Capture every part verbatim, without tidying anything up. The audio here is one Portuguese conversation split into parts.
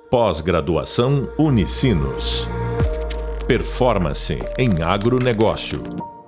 Pós-graduação Unicinos. Performance em agronegócio.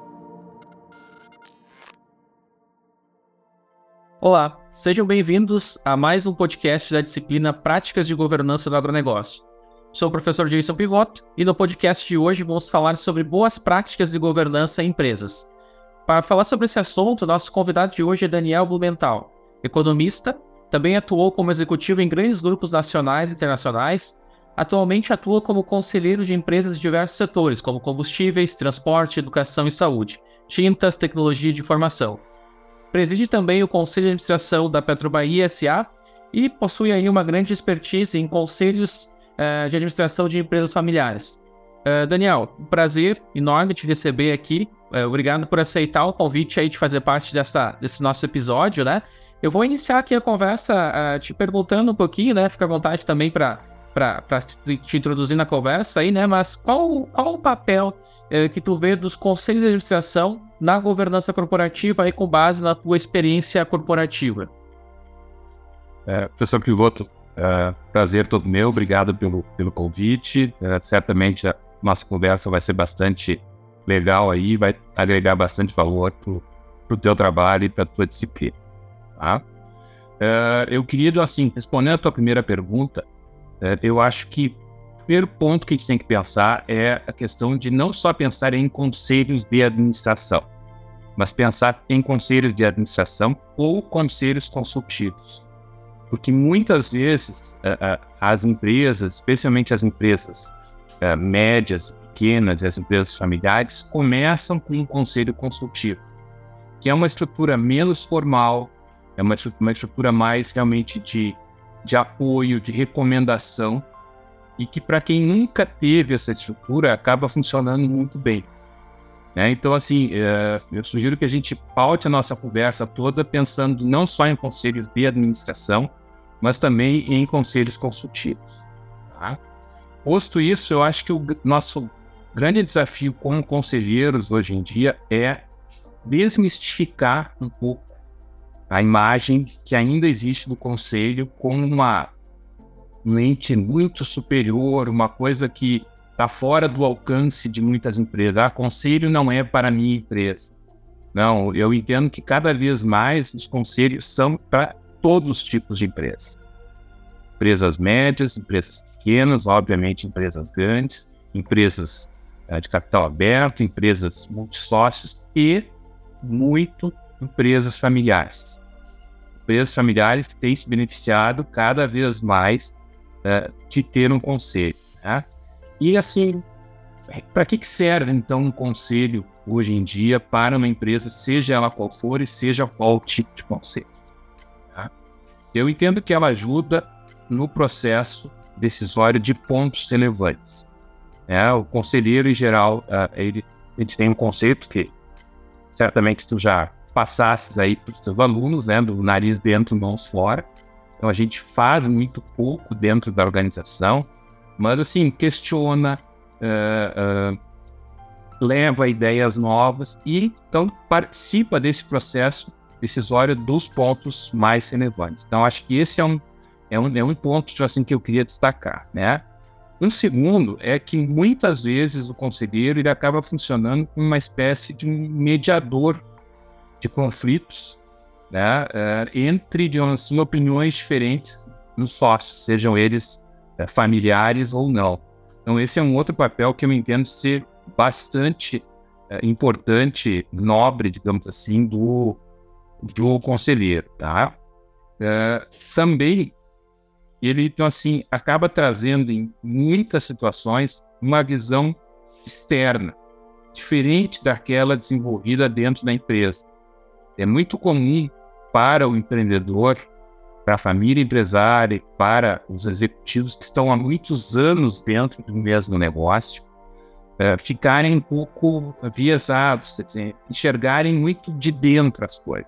Olá, sejam bem-vindos a mais um podcast da disciplina Práticas de Governança do Agronegócio. Sou o professor Jason Pivotto e no podcast de hoje vamos falar sobre boas práticas de governança em empresas. Para falar sobre esse assunto, nosso convidado de hoje é Daniel Blumenthal, economista, também atuou como executivo em grandes grupos nacionais e internacionais, atualmente atua como conselheiro de empresas de diversos setores, como combustíveis, transporte, educação e saúde, tintas, tecnologia de informação. Preside também o Conselho de Administração da Petrobahia S A e possui aí uma grande expertise em conselhos uh, de administração de empresas familiares. Uh, Daniel, um prazer enorme te receber aqui. Uh, obrigado por aceitar o convite aí de fazer parte dessa, desse nosso episódio, né? Eu vou iniciar aqui a conversa uh, te perguntando um pouquinho, né? Fica à vontade também para te, te introduzir na conversa aí, né? Mas qual, qual o papel uh, que tu vê dos conselhos de administração na governança corporativa aí com base na tua experiência corporativa? É, professor Pivotto, é, prazer todo meu, obrigado pelo, pelo convite. É, certamente a nossa conversa vai ser bastante legal aí, vai agregar bastante valor para o teu trabalho e para a tua disciplina. Tá? É, eu queria, assim, respondendo a tua primeira pergunta, é, eu acho que o primeiro ponto que a gente tem que pensar é a questão de não só pensar em conselhos de administração, mas pensar em conselhos de administração ou conselhos consultivos. Porque muitas vezes uh, uh, as empresas, especialmente as empresas uh, médias, pequenas e as empresas familiares, começam com um conselho consultivo, que é uma estrutura menos formal, é uma, uma estrutura mais realmente de, de apoio, de recomendação, e que para quem nunca teve essa estrutura acaba funcionando muito bem. Né? Então, assim, uh, eu sugiro que a gente paute a nossa conversa toda pensando não só em conselhos de administração, mas também em conselhos consultivos. Tá? Posto isso, eu acho que o nosso grande desafio como conselheiros hoje em dia é desmistificar um pouco a imagem que ainda existe do conselho como uma um ente muito superior, uma coisa que está fora do alcance de muitas empresas. Ah, conselho não é para a minha empresa. Não, eu entendo que cada vez mais os conselhos são para todos os tipos de empresas. Empresas médias, empresas pequenas, obviamente empresas grandes, empresas uh, de capital aberto, empresas multisócios e muito empresas familiares. Empresas familiares têm se beneficiado cada vez mais uh, de ter um conselho. Né? E assim, para que serve então um conselho hoje em dia para uma empresa, seja ela qual for e seja qual tipo de conselho? Tá? Eu entendo que ela ajuda no processo decisório de pontos relevantes. É, o conselheiro, em geral, uh, ele, ele tem um conceito que certamente tu já passasses aí para os teus alunos, né, do nariz dentro, mãos fora. Então a gente faz muito pouco dentro da organização, mas assim, questiona, uh, uh, leva ideias novas e então participa desse processo decisório dos pontos mais relevantes. Então acho que esse é um, é um, é um ponto assim, que eu queria destacar, né? Um segundo é que muitas vezes o conselheiro ele acaba funcionando como uma espécie de um mediador de conflitos, né, uh, entre digamos assim, opiniões diferentes nos sócios, sejam eles uh, familiares ou não. Então esse é um outro papel que eu entendo ser bastante uh, importante, nobre, digamos assim, do, do conselheiro. Tá? Uh, também ele então, assim, acaba trazendo em muitas situações uma visão externa, diferente daquela desenvolvida dentro da empresa. É muito comum para o empreendedor, para a família empresária, para os executivos que estão há muitos anos dentro do mesmo negócio, é, ficarem um pouco viesados, quer dizer, enxergarem muito de dentro as coisas.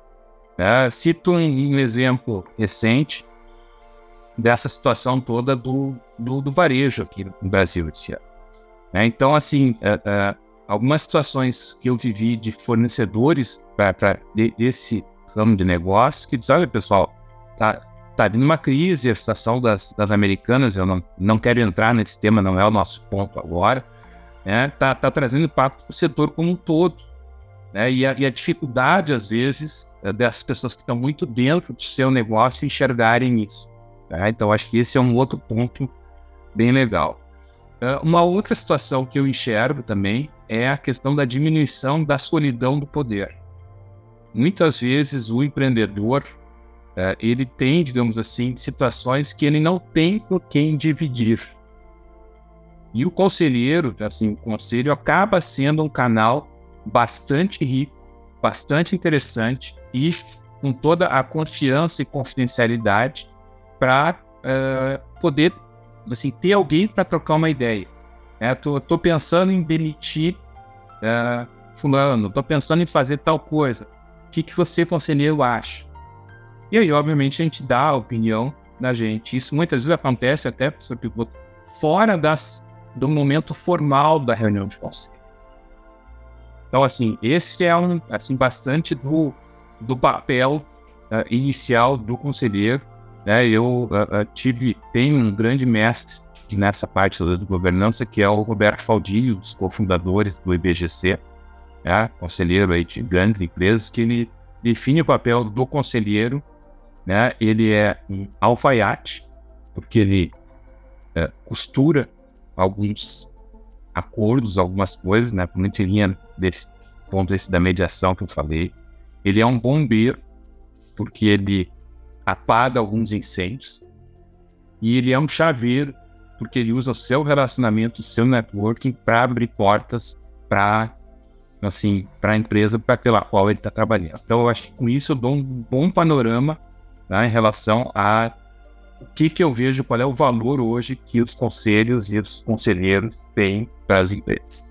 É, cito um, um exemplo recente dessa situação toda do, do, do varejo aqui no Brasil esse ano. É, então, assim, é, é, algumas situações que eu vivi de fornecedores pra, pra, de, desse ramo de negócio, que dizem, olha pessoal, tá, está vindo uma crise, a situação das, das americanas, eu não, não quero entrar nesse tema, não é o nosso ponto agora, né? Tá, tá trazendo impacto para o setor como um todo, né? E a, e a dificuldade, às vezes, é dessas pessoas que estão muito dentro do seu negócio enxergarem isso, né? Então, acho que esse é um outro ponto bem legal. Uh, uma outra situação que eu enxergo também é a questão da diminuição da solidão do poder. Muitas vezes o empreendedor, uh, ele tem, digamos assim, situações que ele não tem com quem dividir. E o conselheiro, assim, o conselho acaba sendo um canal bastante rico, bastante interessante e com toda a confiança e confidencialidade para uh, poder, assim, ter alguém para trocar uma ideia. Estou é, pensando em demitir uh, fulano, estou pensando em fazer tal coisa. O que, que você, conselheiro, acha? E aí, obviamente, a gente dá a opinião da gente. Isso muitas vezes acontece até, professor Pivot, fora das, do momento formal da reunião de conselho. Então, assim, esse é um, assim, bastante do, do papel uh, inicial do conselheiro, né? Eu uh, uh, tive, tenho um grande mestre nessa parte da governança, que é o Roberto Faldilho, os cofundadores do I B G C, né? Conselheiro aí de grandes empresas, que ele define o papel do conselheiro, né? Ele é um alfaiate, porque ele uh, costura alguns acordos, algumas coisas, né? Por muito linha desse ponto esse da mediação que eu falei. Ele é um bombeiro, porque ele apaga alguns incêndios, e ele é um chaveiro, porque ele usa o seu relacionamento, o seu networking para abrir portas para, assim, para a empresa pela qual ele está trabalhando. Então, eu acho que com isso eu dou um bom panorama, né, em relação a o que, que eu vejo, qual é o valor hoje que os conselhos e os conselheiros têm para as empresas.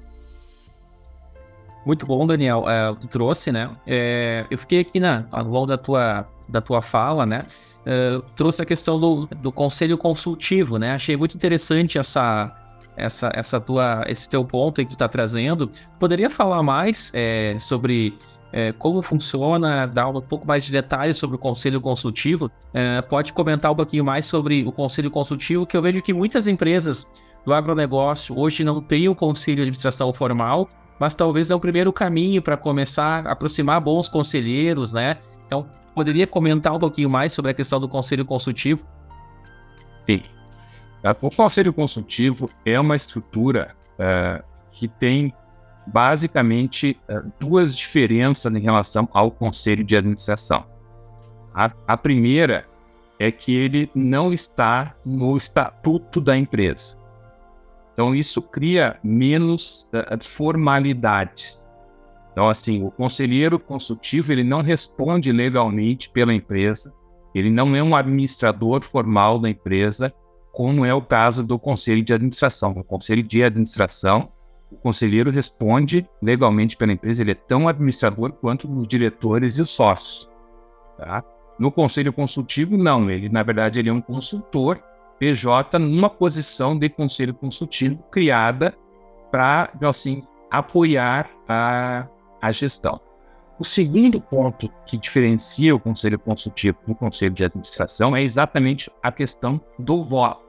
Muito bom, Daniel. Uh, tu trouxe, né? É, eu fiquei aqui na, ao longo da tua, da tua fala, né? Uh, trouxe a questão do, do conselho consultivo, né? Achei muito interessante essa, essa, essa tua, esse teu ponto aí que tu está trazendo. Poderia falar mais é, sobre é, como funciona, dar um pouco mais de detalhes sobre o conselho consultivo? É, pode comentar um pouquinho mais sobre o conselho consultivo, que eu vejo que muitas empresas do agronegócio hoje não têm o conselho de administração formal, mas talvez é o primeiro caminho para começar a aproximar bons conselheiros, né? Então, poderia comentar um pouquinho mais sobre a questão do conselho consultivo? Sim. O conselho consultivo é uma estrutura uh, que tem basicamente uh, duas diferenças em relação ao conselho de administração. A, a primeira é que ele não está no estatuto da empresa. Então, isso cria menos uh, formalidades. Então, assim, o conselheiro consultivo, ele não responde legalmente pela empresa, ele não é um administrador formal da empresa, como é o caso do conselho de administração. No conselho de administração, o conselheiro responde legalmente pela empresa, ele é tão administrador quanto os diretores e os sócios. Tá? No conselho consultivo, não, ele, na verdade, ele é um consultor P J numa posição de conselho consultivo criada para, assim, apoiar a, a gestão. O segundo ponto que diferencia o conselho consultivo do conselho de administração é exatamente a questão do voto.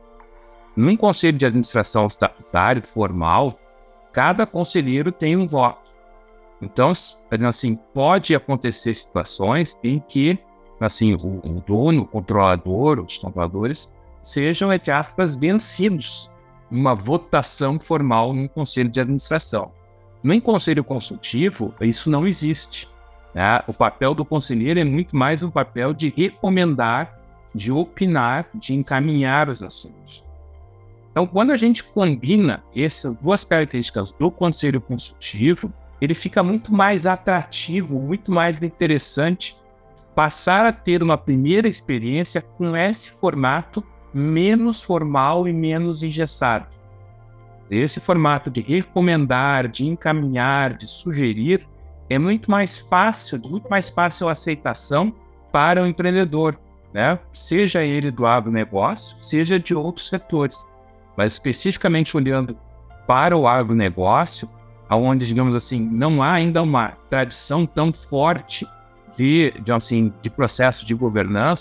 Num conselho de administração estatutário formal, cada conselheiro tem um voto. Então, assim, pode acontecer situações em que, assim, o, o dono, o controlador, os controladores sejam, entre aspas, vencidos numa votação formal num conselho de administração. No conselho consultivo, isso não existe, né? O papel do conselheiro é muito mais um papel de recomendar, de opinar, de encaminhar os assuntos. Então, quando a gente combina essas duas características do conselho consultivo, ele fica muito mais atrativo, muito mais interessante passar a ter uma primeira experiência com esse formato menos formal e menos engessado. Esse formato de recomendar, de encaminhar, de sugerir, é muito mais fácil, muito mais fácil a aceitação para o empreendedor, né? Seja ele do agronegócio, seja de outros setores. Mas especificamente olhando para o agronegócio, onde, digamos assim, não há ainda uma tradição tão forte de, de, assim, de processo de governança,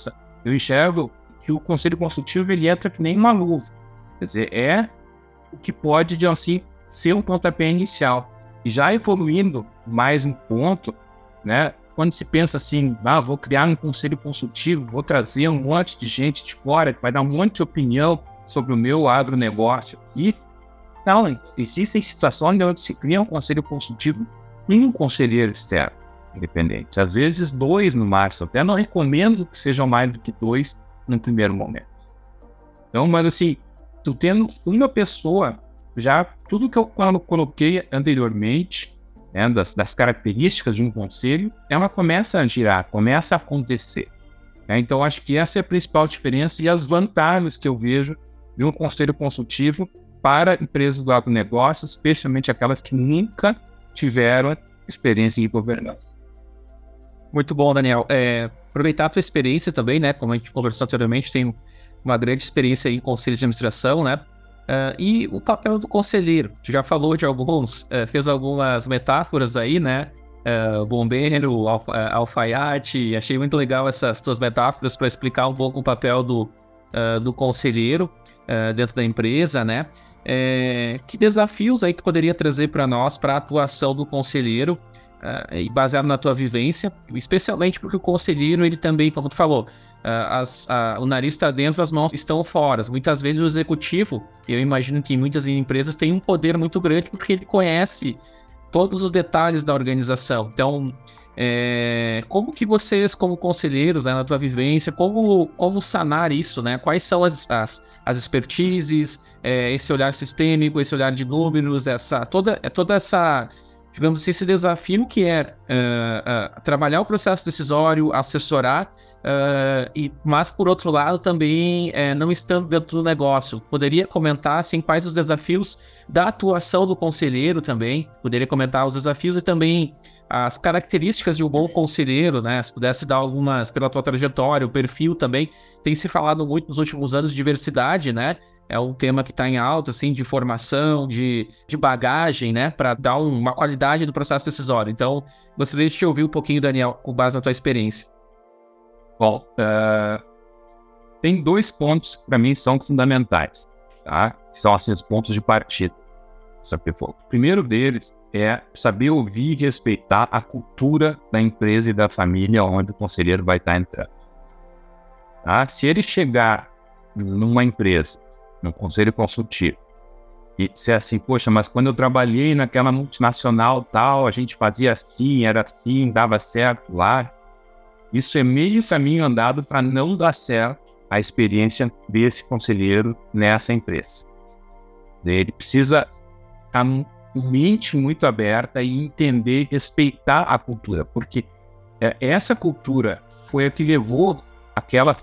eu enxergo que o conselho consultivo ele entra que nem uma luva. Quer dizer, é o que pode, de assim, ser um pontapé inicial. E já evoluindo mais um ponto, né? Quando se pensa assim, ah, vou criar um conselho consultivo, vou trazer um monte de gente de fora que vai dar um monte de opinião sobre o meu agronegócio. E não, existem situações onde se cria um conselho consultivo e um conselheiro externo independente. Às vezes dois no máximo. Até não recomendo que sejam mais do que dois no primeiro momento. Então, mas assim, tu tendo uma pessoa, já tudo que eu coloquei anteriormente, né, das, das características de um conselho, ela começa a girar, começa a acontecer. Né? Então, acho que essa é a principal diferença e as vantagens que eu vejo de um conselho consultivo para empresas do agronegócio, especialmente aquelas que nunca tiveram experiência em governança. Muito bom, Daniel. É, aproveitar a tua experiência também, né? Como a gente conversou anteriormente, tem uma grande experiência em conselho de administração, né? Uh, e o papel do conselheiro. Tu já falou de alguns, uh, fez algumas metáforas aí, né? Uh, bombeiro, alfa, uh, alfaiate. Achei muito legal essas tuas metáforas para explicar um pouco o papel do, uh, do conselheiro uh, dentro da empresa, né? É, que desafios aí tu poderia trazer para nós, para a atuação do conselheiro, uh, e baseado na tua vivência, especialmente porque o conselheiro, ele também, como tu falou, uh, as, uh, o nariz está dentro, as mãos estão fora. Muitas vezes o executivo, eu imagino que em muitas empresas tem um poder muito grande porque ele conhece todos os detalhes da organização. Então, é, como que vocês, como conselheiros, né, na tua vivência, como, como sanar isso, né? Quais são as, as, as expertises, é, esse olhar sistêmico, esse olhar de números, essa, toda, toda essa, digamos assim, esse desafio que é uh, uh, trabalhar o processo decisório, assessorar, uh, e, mas, por outro lado, também uh, não estando dentro do negócio. Poderia comentar, assim, quais os desafios da atuação do conselheiro também? Poderia comentar os desafios e também as características de um bom conselheiro, né? Se pudesse dar algumas, pela tua trajetória, o perfil também. Tem se falado muito nos últimos anos de diversidade, né? É um tema que está em alta, assim, de formação, de, de bagagem, né? Para dar um, uma qualidade do processo decisório. Então, gostaria de te ouvir um pouquinho, Daniel, com base na tua experiência. Bom, uh, tem dois pontos que para mim são fundamentais, tá? Que são assim, os pontos de partida. O primeiro deles é saber ouvir e respeitar a cultura da empresa e da família onde o conselheiro vai estar entrando. Tá? Se ele chegar numa empresa, num conselho consultivo, e disser assim, poxa, mas quando eu trabalhei naquela multinacional tal, a gente fazia assim, era assim, dava certo lá, isso é meio caminho andado para não dar certo a experiência desse conselheiro nessa empresa. Ele precisa estar com mente muito aberta e entender, respeitar a cultura, porque é, essa cultura foi a que levou aquela,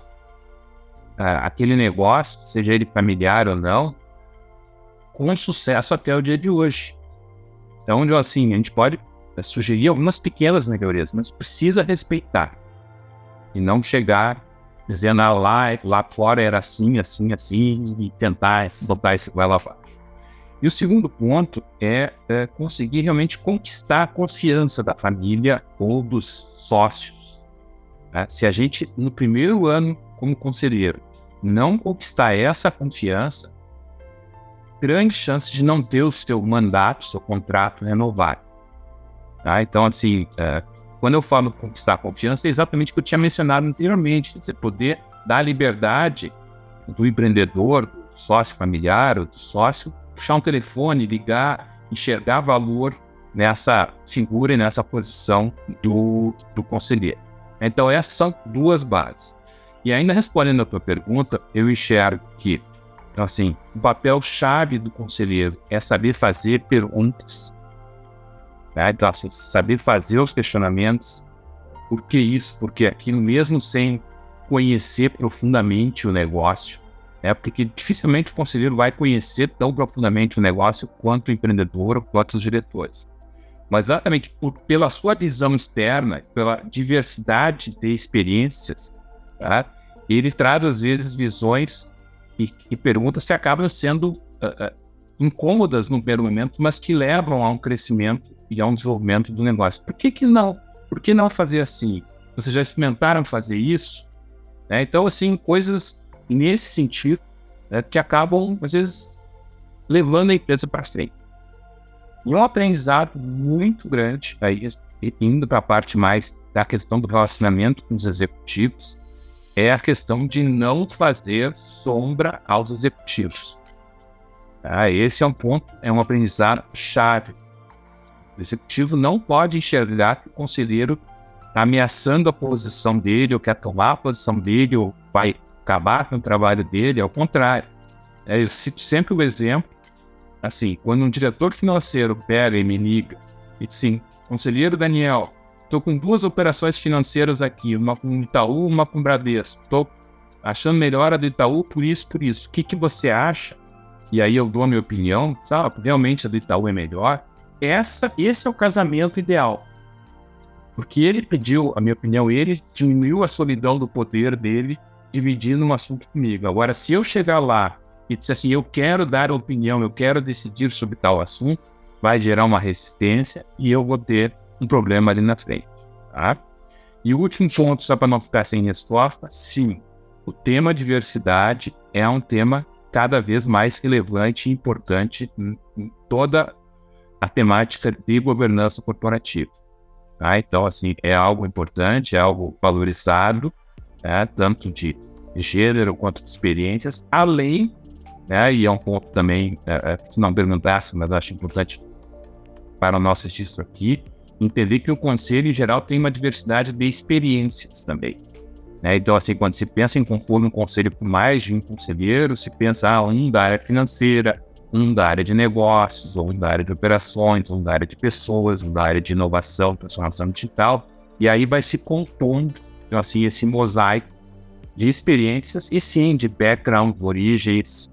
a, aquele negócio, seja ele familiar ou não, com sucesso até o dia de hoje. Então, assim, a gente pode sugerir algumas pequenas melhorias, mas precisa respeitar e não chegar dizendo, ah, lá, lá fora era assim, assim, assim, e tentar botar isso goela abaixo. E o segundo ponto é, é conseguir realmente conquistar a confiança da família ou dos sócios. Né? Se a gente, no primeiro ano como conselheiro, não conquistar essa confiança, grande chance de não ter o seu mandato, seu contrato renovado. Tá? Então, assim, é, quando eu falo conquistar a confiança, é exatamente o que eu tinha mencionado anteriormente. Você poder dar liberdade do empreendedor, do sócio familiar ou do sócio, puxar um telefone, ligar, enxergar valor nessa figura e nessa posição do, do conselheiro. Então, essas são duas bases. E ainda respondendo a tua pergunta, eu enxergo que, então, assim, o papel-chave do conselheiro é saber fazer perguntas. Né? Então, assim, saber fazer os questionamentos. Por que isso? Porque aquilo, mesmo sem conhecer profundamente o negócio, é porque dificilmente o conselheiro vai conhecer tão profundamente o negócio quanto o empreendedor ou quanto os diretores. Mas exatamente por, pela sua visão externa, pela diversidade de experiências, tá? Ele traz às vezes visões e, e perguntas que acabam sendo uh, uh, incômodas no primeiro momento, mas que levam a um crescimento e a um desenvolvimento do negócio. Por que que não? Por que não fazer assim? Vocês já experimentaram fazer isso? Né? Então, assim, coisas nesse sentido, né, que acabam, às vezes, levando a empresa para frente. E um aprendizado muito grande, aí, indo para a parte mais da questão do relacionamento com os executivos, é a questão de não fazer sombra aos executivos. Ah, esse é um ponto, é um aprendizado chave. O executivo não pode enxergar que o conselheiro está ameaçando a posição dele, ou quer tomar a posição dele, ou vai acabar com o trabalho dele. Ao contrário. É, eu cito sempre o exemplo, assim, quando um diretor financeiro pega e me liga e diz assim, conselheiro Daniel, estou com duas operações financeiras aqui, uma com o Itaú, uma com o Bradesco. Estou achando melhor a do Itaú por isso, por isso. O que, que você acha? E aí eu dou a minha opinião, sabe? Realmente a do Itaú é melhor. Essa, esse é o casamento ideal. Porque ele pediu, a minha opinião, ele diminuiu a solidão do poder dele dividindo um assunto comigo. Agora, se eu chegar lá e disser assim, eu quero dar opinião, eu quero decidir sobre tal assunto, vai gerar uma resistência e eu vou ter um problema ali na frente. Tá? E o último ponto, só para não ficar sem resposta, sim, o tema diversidade é um tema cada vez mais relevante e importante em, em toda a temática de governança corporativa. Tá? Então, assim, é algo importante, é algo valorizado, né, tanto de, de gênero quanto de experiências, além, né, e é um ponto também, é, se não perguntasse, mas acho importante para o nosso registro aqui, entender que o conselho, em geral, tem uma diversidade de experiências também. Né? Então, assim, quando se pensa em compor um conselho com mais de um conselheiro, se pensa ah, um da área financeira, um da área de negócios, ou um da área de operações, um da área de pessoas, um da área de inovação, transformação digital, e aí vai se compondo, então, assim, esse mosaico de experiências e sim, de background, origens,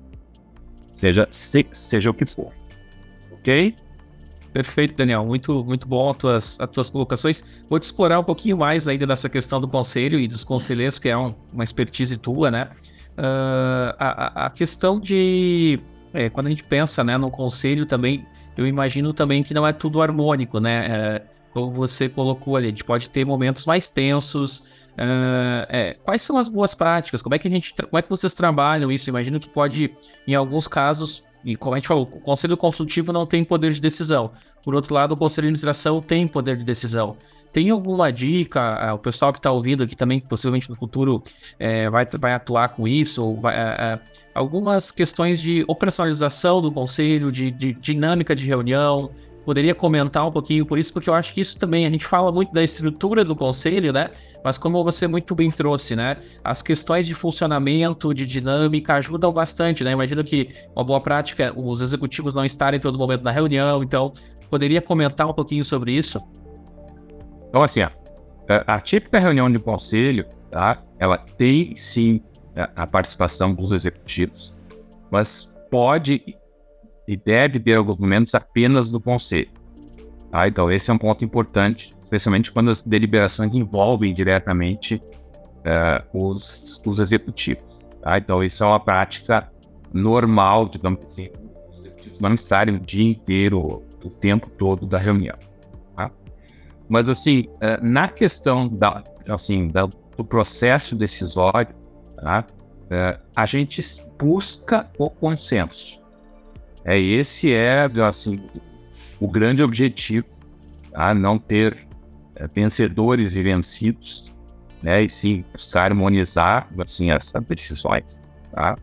seja, se, seja o que for. Ok? Perfeito, Daniel. Muito, muito bom as tuas, as tuas colocações. Vou te explorar um pouquinho mais ainda nessa questão do conselho e dos conselheiros, que é um, uma expertise tua, né? Uh, a, a questão de... É, quando a gente pensa, né, no conselho também, eu imagino também que não é tudo harmônico, né? É, como você colocou ali, a gente pode ter momentos mais tensos. Uh, é, quais são as boas práticas? Como é que a gente, como é que vocês trabalham isso? Eu imagino que pode, em alguns casos, e como a gente falou, o conselho consultivo não tem poder de decisão. Por outro lado, o conselho de administração tem poder de decisão. Tem alguma dica, uh, o pessoal que está ouvindo aqui também, possivelmente no futuro é, vai, vai atuar com isso, ou vai, uh, uh, algumas questões de operacionalização do conselho, de, de dinâmica de reunião, poderia comentar um pouquinho por isso, porque eu acho que isso também, a gente fala muito da estrutura do conselho, né? Mas como você muito bem trouxe, né? As questões de funcionamento, de dinâmica ajudam bastante, né? Imagino que uma boa prática é os executivos não estarem todo momento na reunião, então poderia comentar um pouquinho sobre isso? Então, assim, ó, a típica reunião de conselho, tá? Ela tem, sim, a participação dos executivos, mas pode e deve ter alguns momentos apenas do conselho. Tá? Então, esse é um ponto importante, especialmente quando as deliberações envolvem diretamente uh, os, os executivos. Tá? Então, isso é uma prática normal, digamos assim, os executivos não estarem o dia inteiro, o tempo todo da reunião. Tá? Mas, assim, uh, na questão da, assim, da, do processo decisório, tá? uh, a gente busca o consenso. É, esse é, assim, o grande objetivo, tá? Não ter é, vencedores e vencidos, né? E sim buscar harmonizar, assim, essas decisões, tá?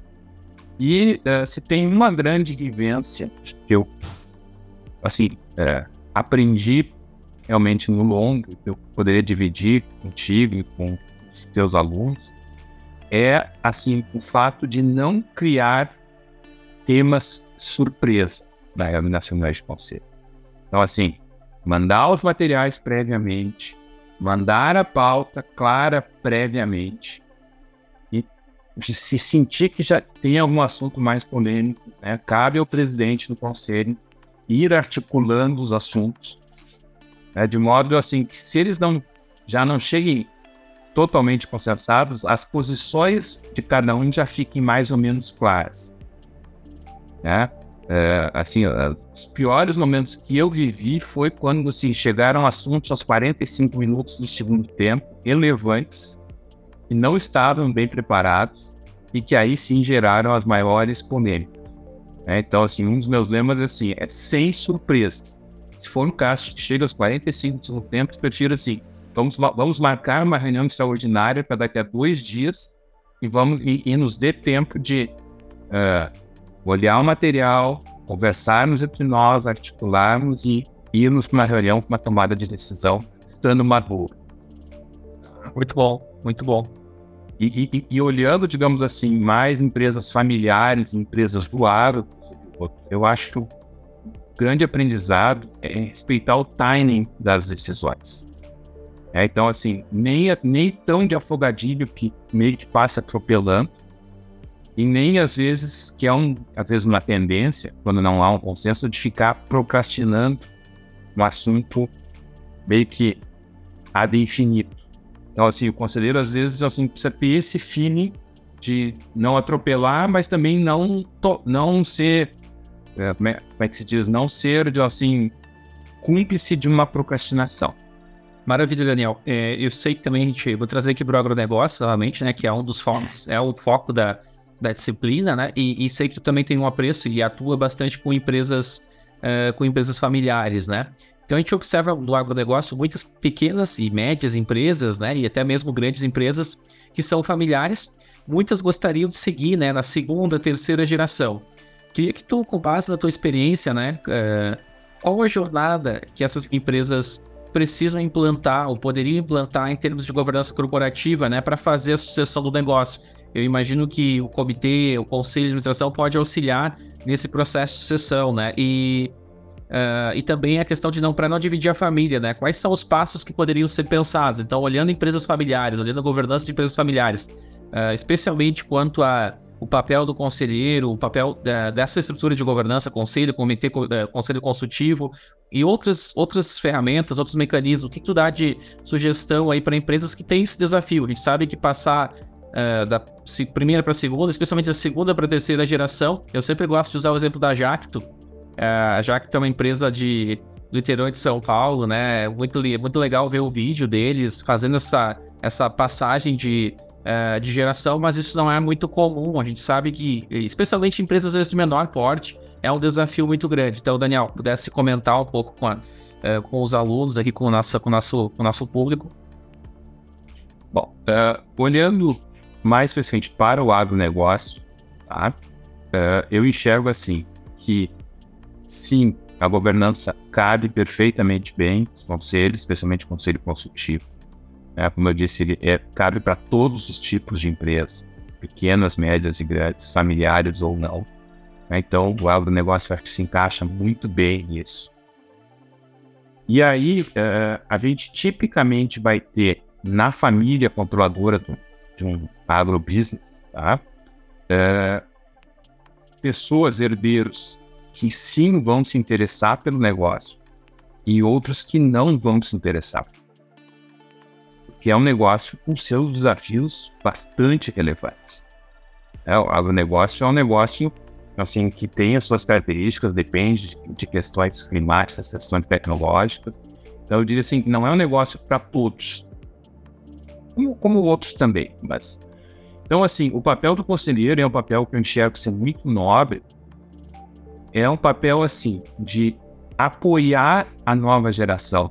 E é, se tem uma grande vivência que eu, assim, é, aprendi realmente no longo, eu poderia dividir contigo e com os teus alunos, é, assim, o fato de não criar temas surpresa na reunião de conselho. Então, assim, mandar os materiais previamente, mandar a pauta clara previamente e se sentir que já tem algum assunto mais polêmico, né, cabe ao presidente do conselho ir articulando os assuntos, né, de modo assim que se eles não, já não cheguem totalmente consensados, as posições de cada um já fiquem mais ou menos claras. Né? É, assim, os piores momentos que eu vivi foi quando assim, chegaram assuntos aos quarenta e cinco minutos do segundo tempo, relevantes, que não estavam bem preparados e que aí sim geraram as maiores polêmicas. É, então, assim, um dos meus lemas assim, é sem surpresa. Se for um caso que chega aos quarenta e cinco do segundo tempo, eu prefiro assim, vamos, vamos marcar uma reunião extraordinária para daqui a dois dias e, vamos, e, e nos dê tempo de uh, olhar o material, conversarmos entre nós, articularmos e irmos para uma reunião com uma tomada de decisão, estando maduro. Muito bom, muito bom. E, e, e olhando, digamos assim, mais empresas familiares, empresas do agro, eu acho que o grande aprendizado é respeitar o timing das decisões. É, então, assim, nem, nem tão de afogadilho que meio que passa atropelando, e nem às vezes, que é um, às vezes uma tendência, quando não há um consenso, de ficar procrastinando um assunto meio que ad infinito. Então, assim, o conselheiro, às vezes, assim, precisa ter esse feeling de não atropelar, mas também não, to- não ser, é, como, é, como é que se diz, não ser, de, assim, cúmplice de uma procrastinação. Maravilha, Daniel. É, eu sei que também a gente, vou trazer aqui para o agronegócio, novamente, né, que é um dos focos, é o foco da, da disciplina, né, e, e sei que tu também tem um apreço e atua bastante com empresas, uh, com empresas familiares, né. Então a gente observa no agronegócio muitas pequenas e médias empresas, né, e até mesmo grandes empresas que são familiares, muitas gostariam de seguir, né, na segunda, terceira geração. Queria que tu, com base na tua experiência, né, uh, qual a jornada que essas empresas precisam implantar ou poderiam implantar em termos de governança corporativa, né, para fazer a sucessão do negócio? Eu imagino que o comitê, o conselho de administração pode auxiliar nesse processo de sucessão, né, e Uh, e também a questão de não, para não dividir a família, né? Quais são os passos que poderiam ser pensados? Então, olhando empresas familiares, olhando a governança de empresas familiares, uh, especialmente quanto a o papel do conselheiro, o papel uh, dessa estrutura de governança, conselho, comitê, uh, conselho consultivo e outras, outras ferramentas, outros mecanismos. O que, que tu dá de sugestão aí para empresas que têm esse desafio? A gente sabe que passar uh, da primeira para a segunda, especialmente da segunda para a terceira geração, eu sempre gosto de usar o exemplo da Jacto. Uh, já que tem uma empresa de, do interior de São Paulo, né? Muito, muito legal ver o vídeo deles fazendo essa, essa passagem de, uh, de geração, mas isso não é muito comum. A gente sabe que, especialmente em empresas às vezes de menor porte, é um desafio muito grande. Então, Daniel, pudesse comentar um pouco com, a, uh, com os alunos aqui, com o nosso, com o nosso, com o nosso público. Bom, uh, olhando mais especificamente para o agronegócio, tá? uh, eu enxergo assim que sim, a governança cabe perfeitamente bem os conselhos, especialmente o conselho consultivo. É, como eu disse, ele é, cabe para todos os tipos de empresas, pequenas, médias e grandes, familiares ou não. É, então, o agronegócio acho que se encaixa muito bem nisso. E aí, é, a gente tipicamente vai ter na família controladora do, de um agrobusiness, tá? é, pessoas, herdeiros, que sim vão se interessar pelo negócio e outros que não vão se interessar. Porque é um negócio com seus desafios bastante relevantes. É, o agronegócio é um negócio assim, que tem as suas características, depende de, de questões climáticas, questões tecnológicas. Então eu diria assim, não é um negócio para todos, como, como outros também. Mas... Então assim, o papel do conselheiro é um papel que eu enxergo ser muito nobre. É um papel, assim, de apoiar a nova geração.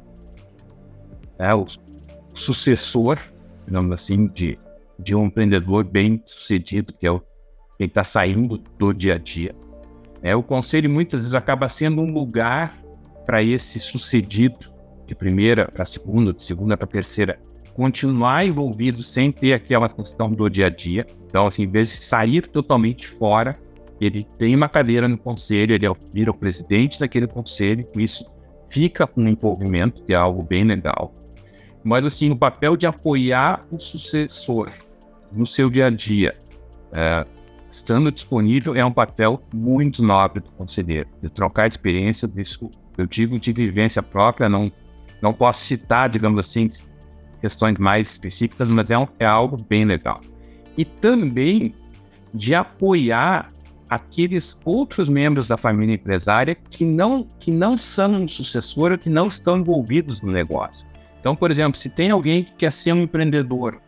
É o sucessor, digamos assim, de, de um empreendedor bem sucedido, que é o que está saindo do dia a dia. É, o conselho, muitas vezes, acaba sendo um lugar para esse sucedido, de primeira para segunda, de segunda para terceira, continuar envolvido sem ter aquela questão do dia a dia. Então, assim, em vez de sair totalmente fora, ele tem uma cadeira no conselho, ele vira o presidente daquele conselho, com isso fica com um envolvimento, que é algo bem legal. Mas, assim, o papel de apoiar o sucessor no seu dia a dia, é, estando disponível, é um papel muito nobre do conselheiro, de trocar experiência, disso, eu digo de vivência própria, não, não posso citar, digamos assim, questões mais específicas, mas é, um, é algo bem legal. E também de apoiar aqueles outros membros da família empresária que não, que não são um sucessor, que não estão envolvidos no negócio. Então, por exemplo, se tem alguém que quer ser um empreendedor,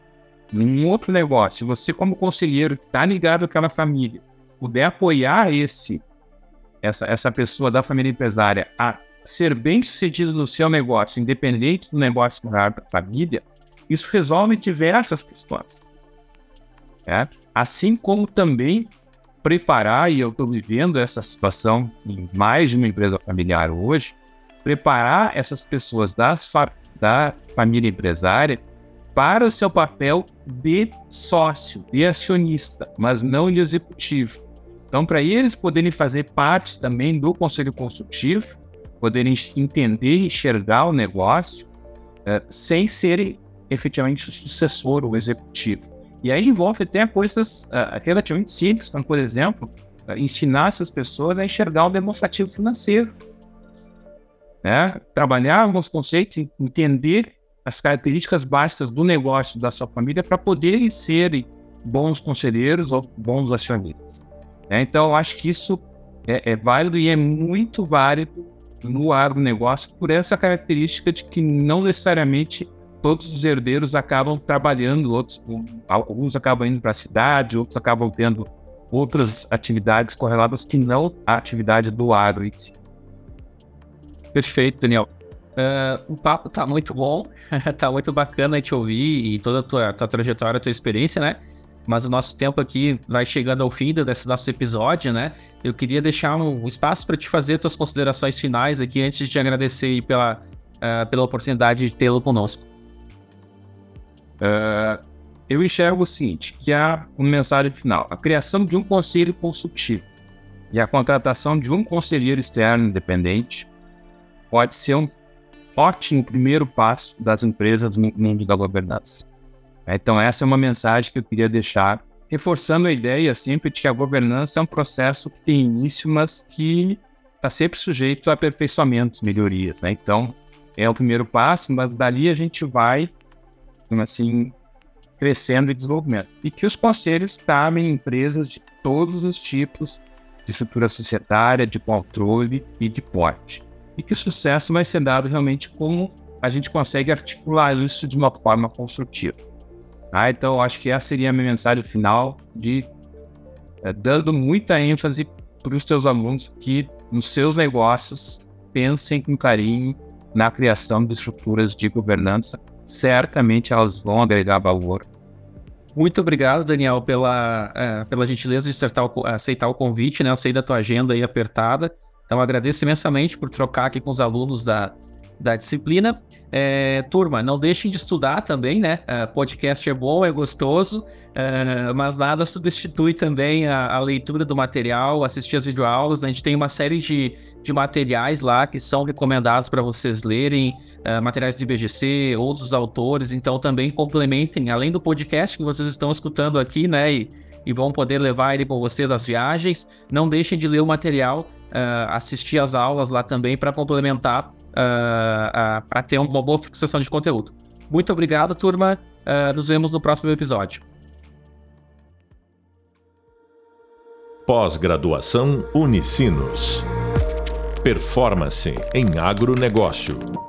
num outro negócio, se você como conselheiro está ligado àquela família, puder apoiar esse, essa, essa pessoa da família empresária a ser bem sucedido no seu negócio, independente do negócio da família, isso resolve diversas questões. É? Assim como também preparar, e eu estou vivendo essa situação em mais de uma empresa familiar hoje, preparar essas pessoas das fa- da família empresária para o seu papel de sócio, de acionista, mas não de executivo. Então, para eles poderem fazer parte também do conselho consultivo, poderem entender e enxergar o negócio, é, sem serem efetivamente o sucessor ou executivo. E aí envolve até coisas uh, relativamente simples, como, por exemplo, uh, ensinar essas pessoas a enxergar o demonstrativo financeiro. Né? Trabalhar alguns conceitos, entender as características básicas do negócio da sua família para poderem serem bons conselheiros ou bons acionistas. Né? Então, eu acho que isso é, é válido e é muito válido no agronegócio por essa característica de que não necessariamente todos os herdeiros acabam trabalhando, outros, alguns acabam indo para a cidade, outros acabam tendo outras atividades correlatas que não a atividade do agro em si. Perfeito, Daniel. Uh, o papo tá muito bom, tá muito bacana te ouvir e toda a tua, tua trajetória, a tua experiência, né? Mas o nosso tempo aqui vai chegando ao fim desse nosso episódio, né? Eu queria deixar um espaço para te fazer tuas considerações finais aqui, antes de te agradecer aí pela, uh, pela oportunidade de tê-lo conosco. Uh, eu enxergo o seguinte, que há uma mensagem final: a criação de um conselho consultivo e a contratação de um conselheiro externo independente pode ser um ótimo primeiro passo das empresas no mundo da governança. Então essa é uma mensagem que eu queria deixar, reforçando a ideia sempre de que a governança é um processo que tem início, mas que está sempre sujeito a aperfeiçoamentos, melhorias. Né? Então é o primeiro passo, mas dali a gente vai assim, crescendo e desenvolvimento. E que os conselhos cabem em empresas de todos os tipos de estrutura societária, de controle e de porte. E que o sucesso vai ser dado realmente como a gente consegue articular isso de uma forma construtiva. Ah, então, eu acho que essa seria a minha mensagem final, de é, dando muita ênfase para os seus alunos que nos seus negócios pensem com carinho na criação de estruturas de governança. Certamente elas vão agregar valor. Muito obrigado, Daniel, pela, uh, pela gentileza de acertar o, aceitar o convite, né? Eu sei da tua agenda aí apertada. Então, agradeço imensamente por trocar aqui com os alunos da, da disciplina. É, turma, não deixem de estudar também, né? Uh, podcast é bom, é gostoso, uh, mas nada substitui também a, a leitura do material, assistir as videoaulas. A gente tem uma série de, de materiais lá que são recomendados para vocês lerem, uh, materiais do I B G C, outros autores, então também complementem, além do podcast que vocês estão escutando aqui, né? E, e vão poder levar ele com vocês às viagens. Não deixem de ler o material, uh, assistir as aulas lá também para complementar, Uh, uh, para ter uma boa fixação de conteúdo. Muito obrigado, turma. Uh, nos vemos no próximo episódio. Pós-graduação Unicinos. Performance em agronegócio.